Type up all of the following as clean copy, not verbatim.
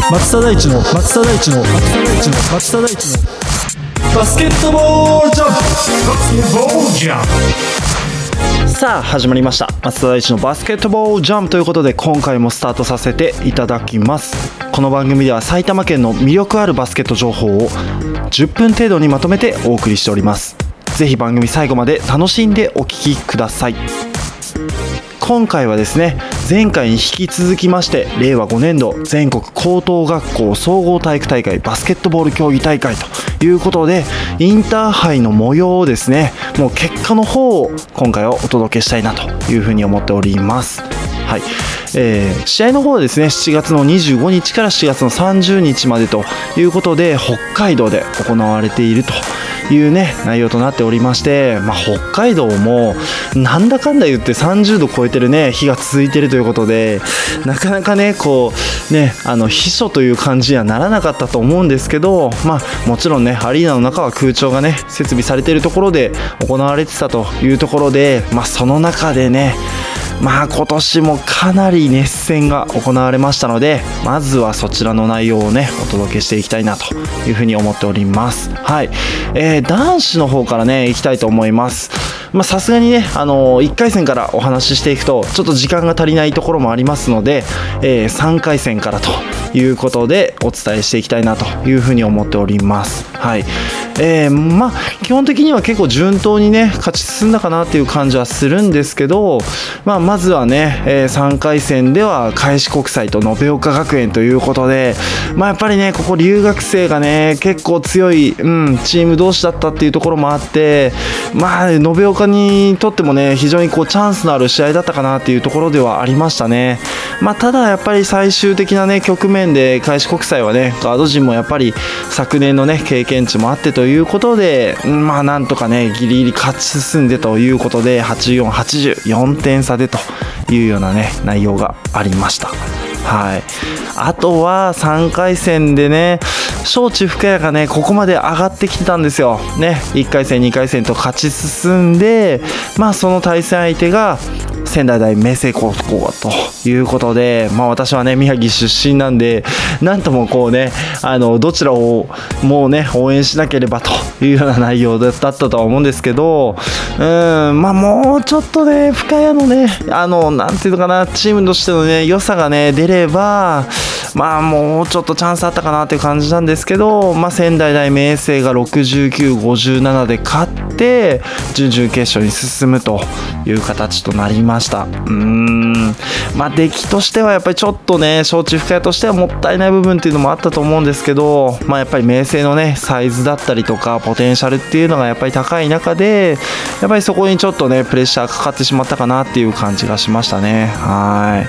松田大地のバスケットボールジャンプ。さあ始まりました、松田大地のバスケットボールジャンプということで、今回もスタートさせていただきます。この番組では埼玉県の魅力あるバスケット情報を10分程度にまとめてお送りしております。ぜひ番組最後まで楽しんでお聞きください。今回はですね、前回に引き続きまして令和5年度全国高等学校総合体育大会バスケットボール競技大会ということで、インターハイの模様をですね、もう結果の方を今回はお届けしたいなというふうに思っております。はい、試合の方はですね、7月の25日から7月の30日までということで、北海道で行われているというね内容となっておりまして、北海道もなんだかんだ言って30度超えてるね日が続いているということで、なかなかね避暑という感じにはならなかったと思うんですけど、もちろんねアリーナの中は空調がね設備されているところで行われてたというところで、その中でね今年もかなり熱戦が行われましたので、まずはそちらの内容をねお届けしていきたいなというふうに思っております。はい、男子の方からねいきたいと思います。さすがにね1回戦からお話ししていくとちょっと時間が足りないところもありますので、3回戦からということでお伝えしていきたいなというふうに思っております。はい、基本的には結構順当にね勝ち進んだかなっていう感じはするんですけど、まずはね、3回戦では開志国際と延岡学園ということで、やっぱりねここ留学生がね結構強い、チーム同士だったっていうところもあって、延岡にとってもね非常にチャンスのある試合だったかなっていうところではありましたね。ただやっぱり最終的なね局面で開志国際はねガード陣もやっぱり昨年のね経験値もあってということで、なんとかねギリギリ勝ち進んでということで84、84点差でというようなね内容がありました。はい、あとは3回戦でね庄司深谷がねここまで上がってきてたんですよね。1回戦2回戦と勝ち進んで、その対戦相手が仙台大明星高校ということで、私はね宮城出身なんでなんともどちらをもうね応援しなければというような内容だったとは思うんですけど、もうちょっとね深谷のねなんていうのかな、チームとしてのね良さがね出ればもうちょっとチャンスあったかなっていう感じなんですけど、仙台大明星が69、57で勝って準々決勝に進むという形となりました。出来としてはやっぱりちょっとね庄司深谷としてはもったいない部分っていうのもあったと思うんですけど、やっぱり明星のねサイズだったりとかポテンシャルっていうのがやっぱり高い中で、やっぱりそこにちょっとねプレッシャーかかってしまったかなっていう感じがしましたね。はい、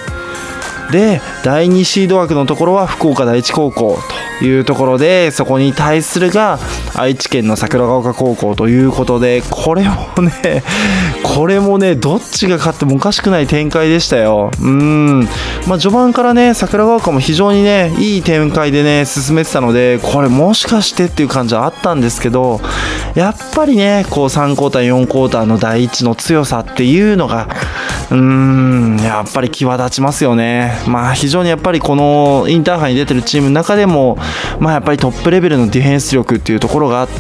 で第2シード枠のところは福岡第一高校というところで、そこに対するが愛知県の桜ヶ丘高校ということで、これもねどっちが勝ってもおかしくない展開でしたよ。序盤からね桜ヶ丘も非常にねいい展開でね進めてたので、これもしかしてっていう感じはあったんですけど、やっぱりね3クォーター4クォーターの第一の強さっていうのがやっぱり際立ちますよね。非常にやっぱりこのインターハイに出てるチームの中でもやっぱりトップレベルのディフェンス力っていうところがあって、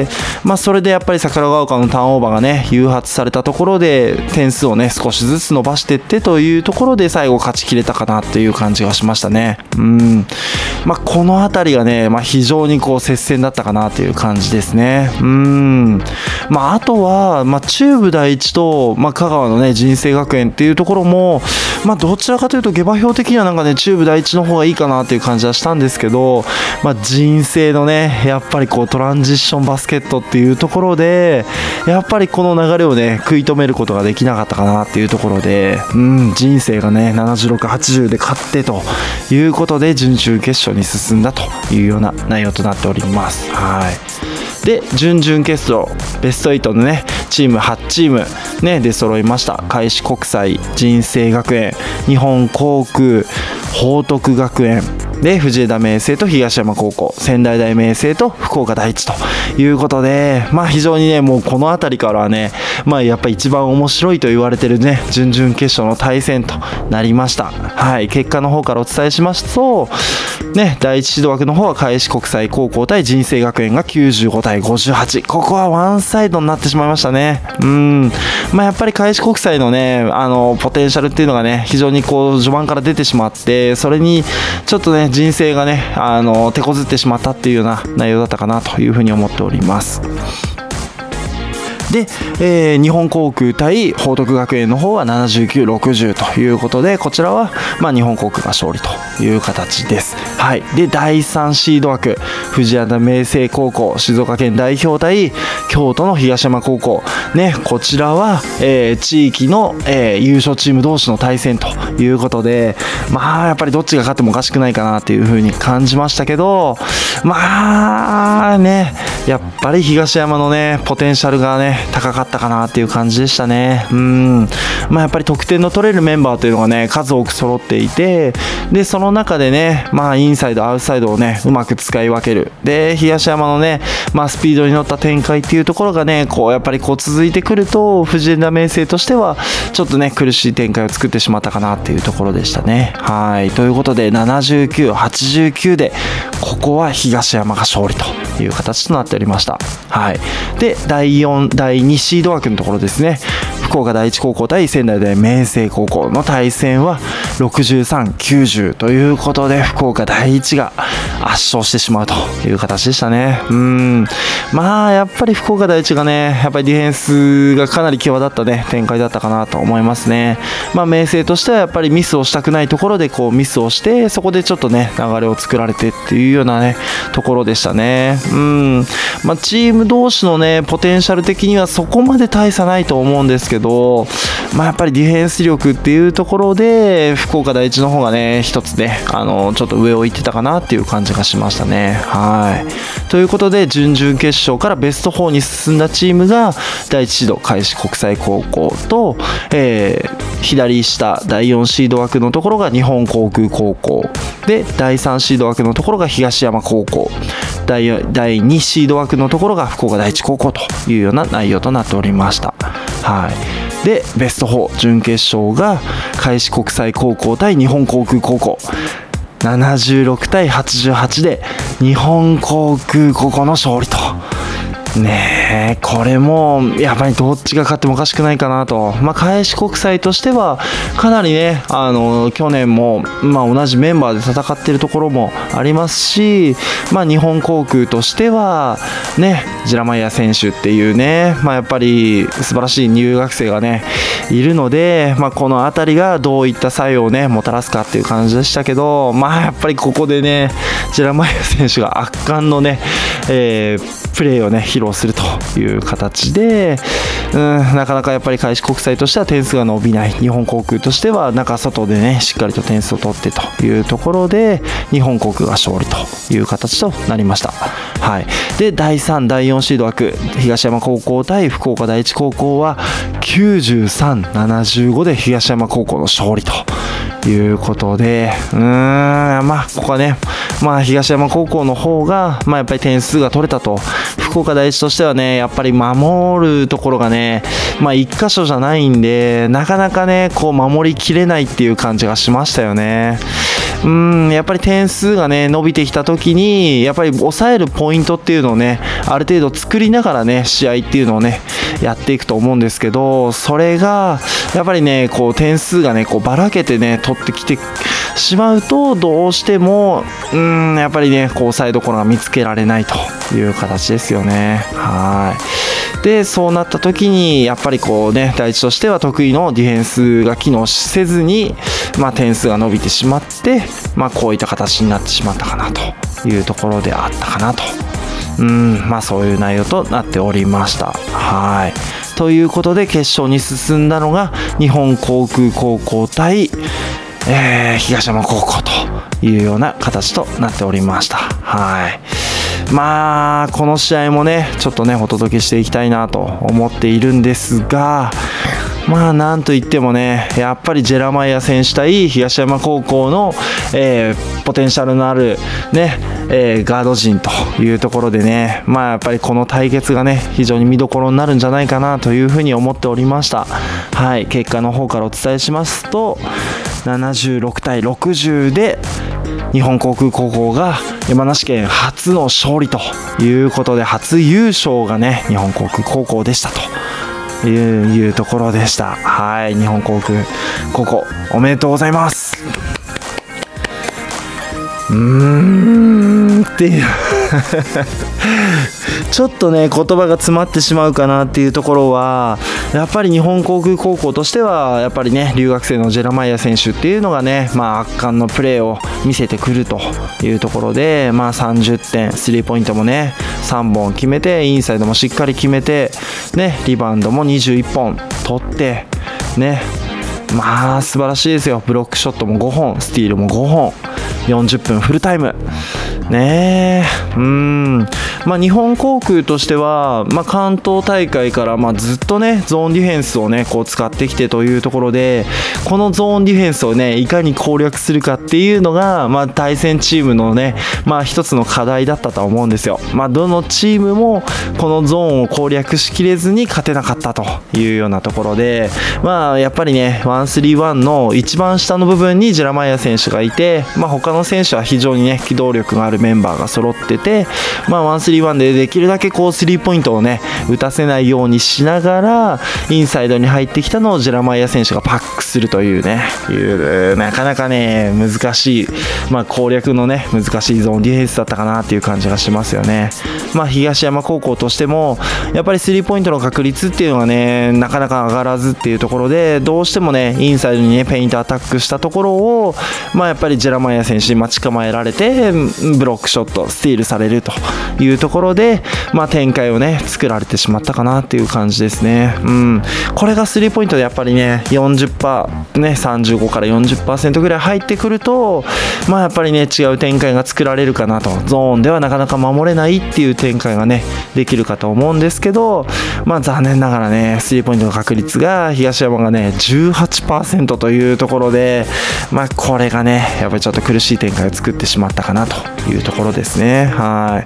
それでやっぱり桜ヶ丘のターンオーバーがね誘発されたところで点数をね少しずつ伸ばしていってというところで最後勝ちきれたかなっていう感じがしましたね。この辺りがね、非常に接戦だったかなという感じですね。あとは、中部第一と、香川のね尽誠学園っていうところも、どちらかというと下馬評的には中部第一の方がいいかなっていう感じはしたんですけど、人生のねやっぱりトランジッションバスケットっていうところでやっぱりこの流れをね食い止めることができなかったかなっていうところで、人生がね76、80で勝ってということで準々決勝に進んだというような内容となっております。はい、で準々決勝ベスト8のねチーム8チームね出揃いました。開志国際、尽誠学園、日本航空、報徳学園で藤枝明誠と東山高校、仙台大明星と福岡第一ということで、非常にねもうこの辺りからはねやっぱり一番面白いと言われてるね準々決勝の対戦となりました。はい、結果の方からお伝えしますと、 ね、第一シード枠の方は開志国際高校対人生学園が95対58。ここはワンサイドになってしまいましたね。やっぱり開志国際のね、ポテンシャルっていうのがね、非常に序盤から出てしまって、それにちょっとね、人生がね、手こずってしまったっていうような内容だったかなというふうに思っております。で、日本航空対報徳学園の方は79、60ということで、こちらは、日本航空が勝利という形です。はい。で、第3シード枠、藤枝明誠高校、静岡県代表対京都の東山高校。ね、こちらは、地域の、優勝チーム同士の対戦ということで、やっぱりどっちが勝ってもおかしくないかなっていう風に感じましたけど、ね、やっぱり東山のね、ポテンシャルがね、高かったかなっていう感じでしたね。やっぱり得点の取れるメンバーというのがね、数多く揃っていて、でその中でね、インサイドアウトサイドをね、うまく使い分ける。で東山のね、スピードに乗った展開っていうところがね、やっぱり続いてくると、藤枝明誠としてはちょっとね、苦しい展開を作ってしまったかなっていうところでしたね。はい。ということで79、89でここは東山が勝利という形となっておりました。はい。で第2シード枠のところですね、福岡第一高校対仙台大明星高校の対戦は63、90ということで、福岡第一が圧勝してしまうという形でしたね。やっぱり福岡第一がね、やっぱりディフェンスがかなり際立ったね、展開だったかなと思いますね。明星としてはやっぱりミスをしたくないところでミスをして、そこでちょっとね、流れを作られてっていうようなね、ところでしたね。チーム同士のね、ポテンシャル的にはそこまで大差ないと思うんですけど、やっぱりディフェンス力っていうところで福岡第一の方がね、一つね、ちょっと上を行ってたかなっていう感じがしましたね。はい。ということで、準々決勝からベスト4に進んだチームが第1シード開志国際高校と、左下第4シード枠のところが日本航空高校で、第3シード枠のところが東山高校、第2シード枠のところが福岡第一高校というような内容となっておりました。はい。でベスト4準決勝が開志国際高校対日本航空高校、76対88で日本航空高校の勝利と。ねえ、これもやっぱりどっちが勝ってもおかしくないかなと。開志国際としてはかなりね、去年も同じメンバーで戦っているところもありますし、日本航空としてはね、ジラマイヤ選手っていうね、やっぱり素晴らしい入学生がねいるので、この辺りがどういった作用をねもたらすかっていう感じでしたけど、やっぱりここでね、ジラマイヤ選手が圧巻のね、プレーをね披露するという形で、なかなかやっぱり開志国際としては点数が伸びない、日本航空としては中外でねしっかりと点数を取ってというところで日本航空が勝利という形となりました。はい。で第3、第4シード枠東山高校対福岡第一高校は93、75で東山高校の勝利ということで、ここはね、東山高校の方がやっぱり点数が取れたと。福岡第一としてはね、やっぱり守るところがね、一箇所じゃないんで、なかなかね守りきれないっていう感じがしましたよね。やっぱり点数がね伸びてきた時にやっぱり抑えるポイントっていうのをねある程度作りながらね試合っていうのをねやっていくと思うんですけど、それがやっぱりね点数がねばらけてね取ってきてしまうと、どうしてもやっぱりね抑えどころが見つけられないという形ですよね。はい。でそうなった時にやっぱり第一としては得意のディフェンスが機能せずに、点数が伸びてしまって、こういった形になってしまったかなというところであったかなと。そういう内容となっておりました。はい。ということで決勝に進んだのが日本航空高校対東山高校というような形となっておりました。はい。この試合もねちょっとねお届けしていきたいなと思っているんですが、なんといってもねやっぱりジェラマイヤ選手対東山高校の、ポテンシャルのあるね、ガード陣というところでね、やっぱりこの対決がね非常に見どころになるんじゃないかなというふうに思っておりました。はい。結果の方からお伝えしますと、76対60で日本航空高校が山梨県初の勝利ということで、初優勝がね日本航空高校でしたというところでした。はい、日本航空高校おめでとうございます。っていうちょっとね言葉が詰まってしまうかなっていうところは、やっぱり日本航空高校としてはやっぱりね留学生のジェラマイヤ選手っていうのがね、圧巻のプレーを見せてくるというところで、30点スリーポイントもね3本決めて、インサイドもしっかり決めてね、リバウンドも21本取ってね、素晴らしいですよ。ブロックショットも5本、スティールも5本、40分フルタイムね。日本航空としては、関東大会からずっとねゾーンディフェンスをねこう使ってきてというところで、このゾーンディフェンスをねいかに攻略するかっていうのが、対戦チームのね一つの課題だったと思うんですよ。どのチームもこのゾーンを攻略しきれずに勝てなかったというようなところで、やっぱりね131の一番下の部分にジェラマイヤ選手がいて、他の選手は非常にね機動力があるメンバーが揃ってて、131でできるだけこうスリーポイントをね打たせないようにしながら、インサイドに入ってきたのをジェラマイヤ選手がパックするというね、なかなかね難しい、攻略のね難しいゾーンディフェンスだったかなっていう感じがしますよね。東山高校としてもやっぱりスリーポイントの確率っていうのがねなかなか上がらずっていうところで、どうしてもねインサイドにねペイントアタックしたところを、やっぱりジェラマイヤ選手に待ち構えられてブロックショットスティールされるというところで、展開をね作られてしまったかなっていう感じですね。これがスリーポイントでやっぱりね 40% ね35から 40% ぐらい入ってくると、やっぱりね違う展開が作られるかなと、ゾーンではなかなか守れないっていう展開がねできるかと思うんですけど、残念ながらねスリーポイントの確率が東山がね 18% というところで、これがねやっぱりちょっと苦しい展開を作ってしまったかなというところですね。はい、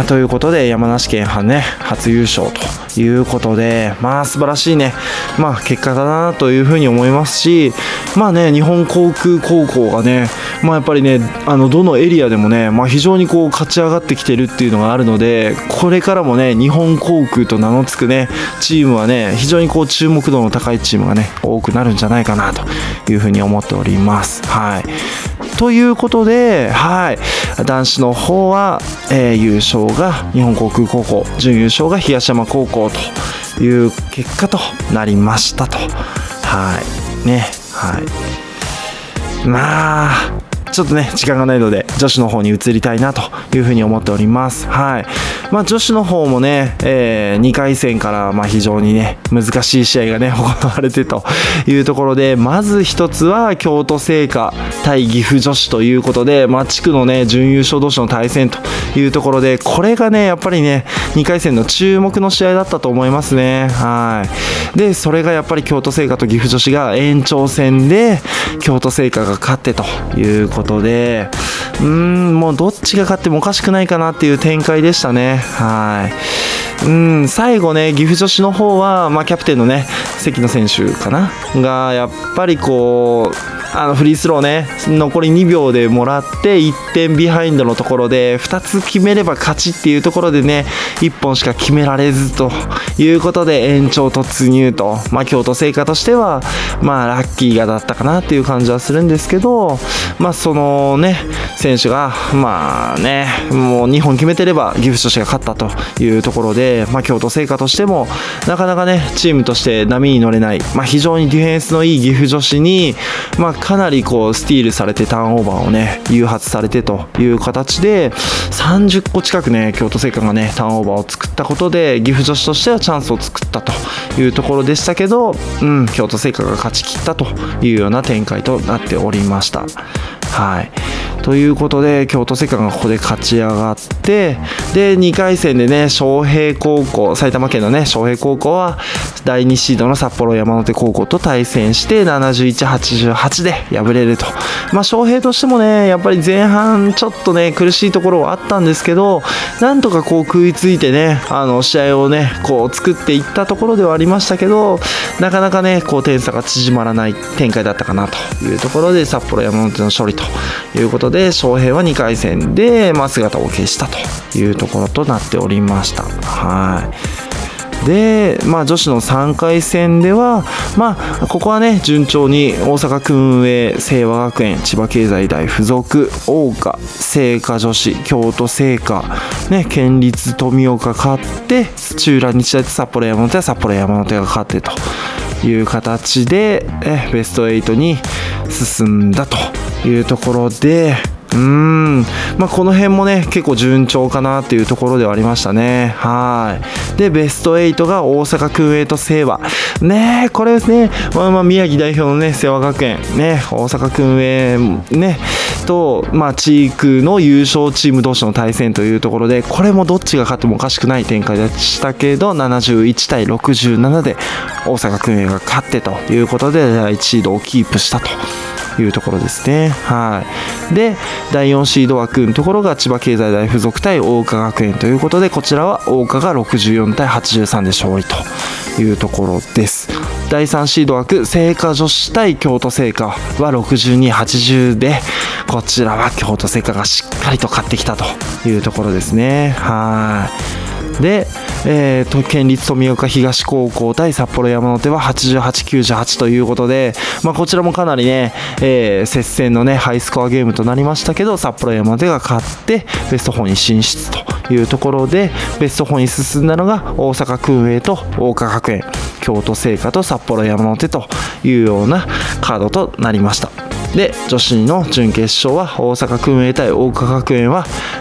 ということで山梨県ね初優勝ということで、素晴らしいね結果だなというふうに思いますし、日本航空高校がねやっぱりねどのエリアでもね非常にこう勝ち上がってきてるっていうのがあるので、これからもね日本航空と名の付くねチームはね非常にこう注目度の高いチームがね多くなるんじゃないかなというふうに思っております。はい、ということで、男子の方は、優勝が日本航空高校、準優勝が東山高校という結果となりましたと。ちょっとね時間がないので女子の方に移りたいなというふうに思っております。女子の方もね、2回戦から非常にね難しい試合がね行われてというところで、まず一つは京都精華対岐阜女子ということで、地区のね準優勝同士の対戦というところで、これがねやっぱりね2回戦の注目の試合だったと思いますね。でそれがやっぱり京都精華と岐阜女子が延長戦で京都精華が勝ってということで、もうどっちが勝ってもおかしくないかなっていう展開でしたね。最後ね岐阜女子の方は、キャプテンのね関野選手かながやっぱりこうフリースローね残り2秒でもらって1点ビハインドのところで2つ決めれば勝ちっていうところでね1本しか決められずということで延長突入と、京都精華としてはラッキーだったかなっていう感じはするんですけど、そのね選手がもう2本決めてれば岐阜女子が勝ったというところで、京都精華としてもなかなかねチームとして波に乗れない、非常にディフェンスのいい岐阜女子にかなりこうスティールされてターンオーバーをね誘発されてという形で30個近くね京都精華がねターンオーバーを作ったことで岐阜女子としてはチャンスを作ったというところでしたけど、京都精華が勝ち切ったというような展開となっておりました。ということで京都精華がここで勝ち上がって、で2回戦でね昌平高校、埼玉県のね昌平高校は第2シードの札幌山の手高校と対戦して71-88で敗れると。昌平としてもねやっぱり前半ちょっとね苦しいところはあったんですけど、なんとかこう食いついてね試合をねこう作っていったところではありましたけど、なかなかねこう点差が縮まらない展開だったかなというところで札幌山の手の勝利ということで、翔平は2回戦で、姿を消したというところとなっておりました。で、女子の3回戦では、ここはね、順調に大阪薫英、清和学園、千葉経済大附属、桜花、精華女子、京都精華、県立富岡勝って、土浦日大と札幌山手は札幌山手が勝ってという形で、ベスト8に進んだというところで、この辺もね結構順調かなっていうところではありましたね。でベスト8が大阪薫英と清和ね、これですね、宮城代表のね清和学園ね、大阪薫英ねと、地区の優勝チーム同士の対戦というところで、これもどっちが勝ってもおかしくない展開でしたけど、71対67で大阪薫英が勝ってということで第1シードをキープしたというところですね。で第4シード枠のところが千葉経済大附属対桜花学園ということで、こちらは桜花が64対83で勝利というところです。第3シード枠精華女子対京都精華は62、80で、こちらは京都精華がしっかりと勝ってきたというところですね。で、県立富岡東高校対札幌山手は88、98ということで、こちらもかなりね、接戦のねハイスコアゲームとなりましたけど、札幌山手が勝ってベスト4に進出というところで、ベスト4に進んだのが大阪薫英と桜花学園、京都精華と札幌山手というようなカードとなりました。で女子の準決勝は大阪薫英対桜花学園は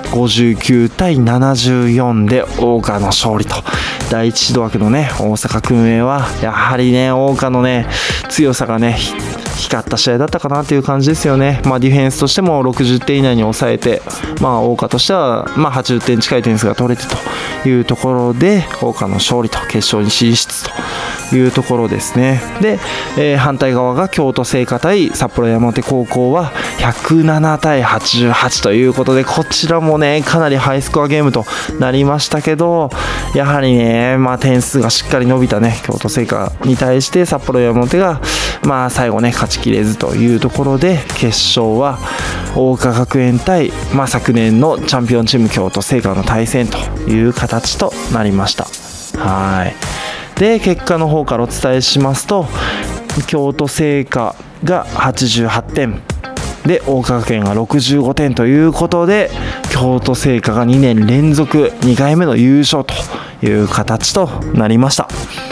59対74で桜花の勝利と。第1シード枠のね大阪薫英はやはりね桜花のね強さがね光った試合だったかなという感じですよね。ディフェンスとしても60点以内に抑えて、桜花としては80点近い点数が取れてというところで、桜花の勝利と決勝に進出というところですね。で、反対側が京都精華対札幌山手高校は107対88ということで、こちらもねかなりハイスコアゲームとなりましたけど、やはりね、点数がしっかり伸びたね京都精華に対して札幌山手が最後ね勝ちきれずというところで、決勝は桜花学園対、昨年のチャンピオンチーム京都精華の対戦という形となりました。で結果の方からお伝えしますと、京都精華が88点で桜花学園が65点ということで、京都精華が2年連続2回目の優勝という形となりました。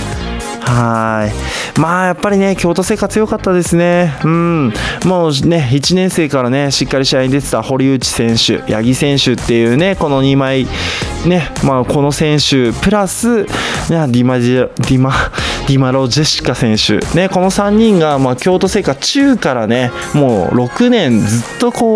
やっぱりね京都精華強かったですね。もうね1年生からねしっかり試合に出てた堀内選手、八木選手っていうねこの2枚ね、この選手プラスディマロジェシカ選手ね、この3人が京都精華中からねもう6年ずっとこう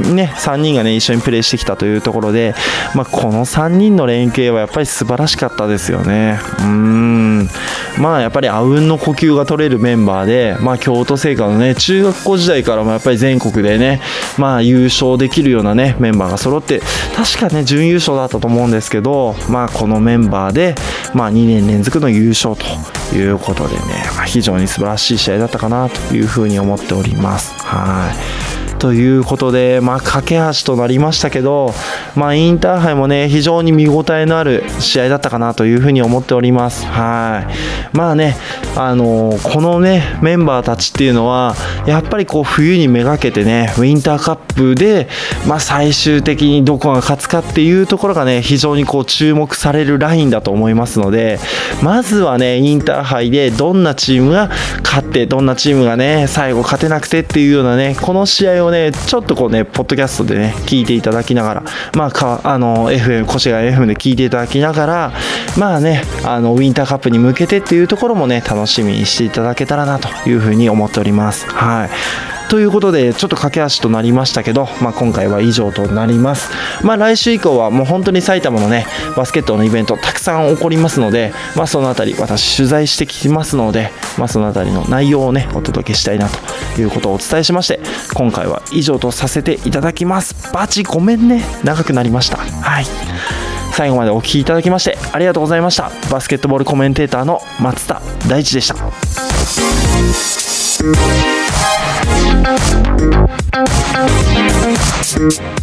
3人がね一緒にプレーしてきたというところで、この3人の連携はやっぱり素晴らしかったですよね。やっぱりあうんの呼吸が取れるメンバーで、京都精華のね中学校時代からもやっぱり全国でね優勝できるようなねメンバーが揃って、確かね準優勝だったと思うんですけど、このメンバーで2年連続の優勝ということでね、非常に素晴らしい試合だったかなというふうに思っております。ということで、架け橋となりましたけど、インターハイもね非常に見応えのある試合だったかなというふうに思っております。このねメンバーたちっていうのはやっぱりこう冬にめがけてねウィンターカップで、最終的にどこが勝つかっていうところがね非常にこう注目されるラインだと思いますので、まずはねインターハイでどんなチームが勝ってどんなチームがね最後勝てなくてっていうようなねこの試合をねちょっとこうねポッドキャストでね聞いていただきながら、FM 越谷 FM で聞いていただきながら、ウィンターカップに向けてっていうところもね楽しみにしていただけたらなというふうに思っております。ということでちょっと駆け足となりましたけど、今回は以上となります。来週以降はもう本当に埼玉のねバスケットのイベントたくさん起こりますので、そのあたり私取材してきますので、そのあたりの内容をねお届けしたいなということをお伝えしまして、今回は以上とさせていただきます。バチごめんね、長くなりました。最後までお聞きいただきましてありがとうございました。バスケットボールコメンテーターの松田大地でした。 ます。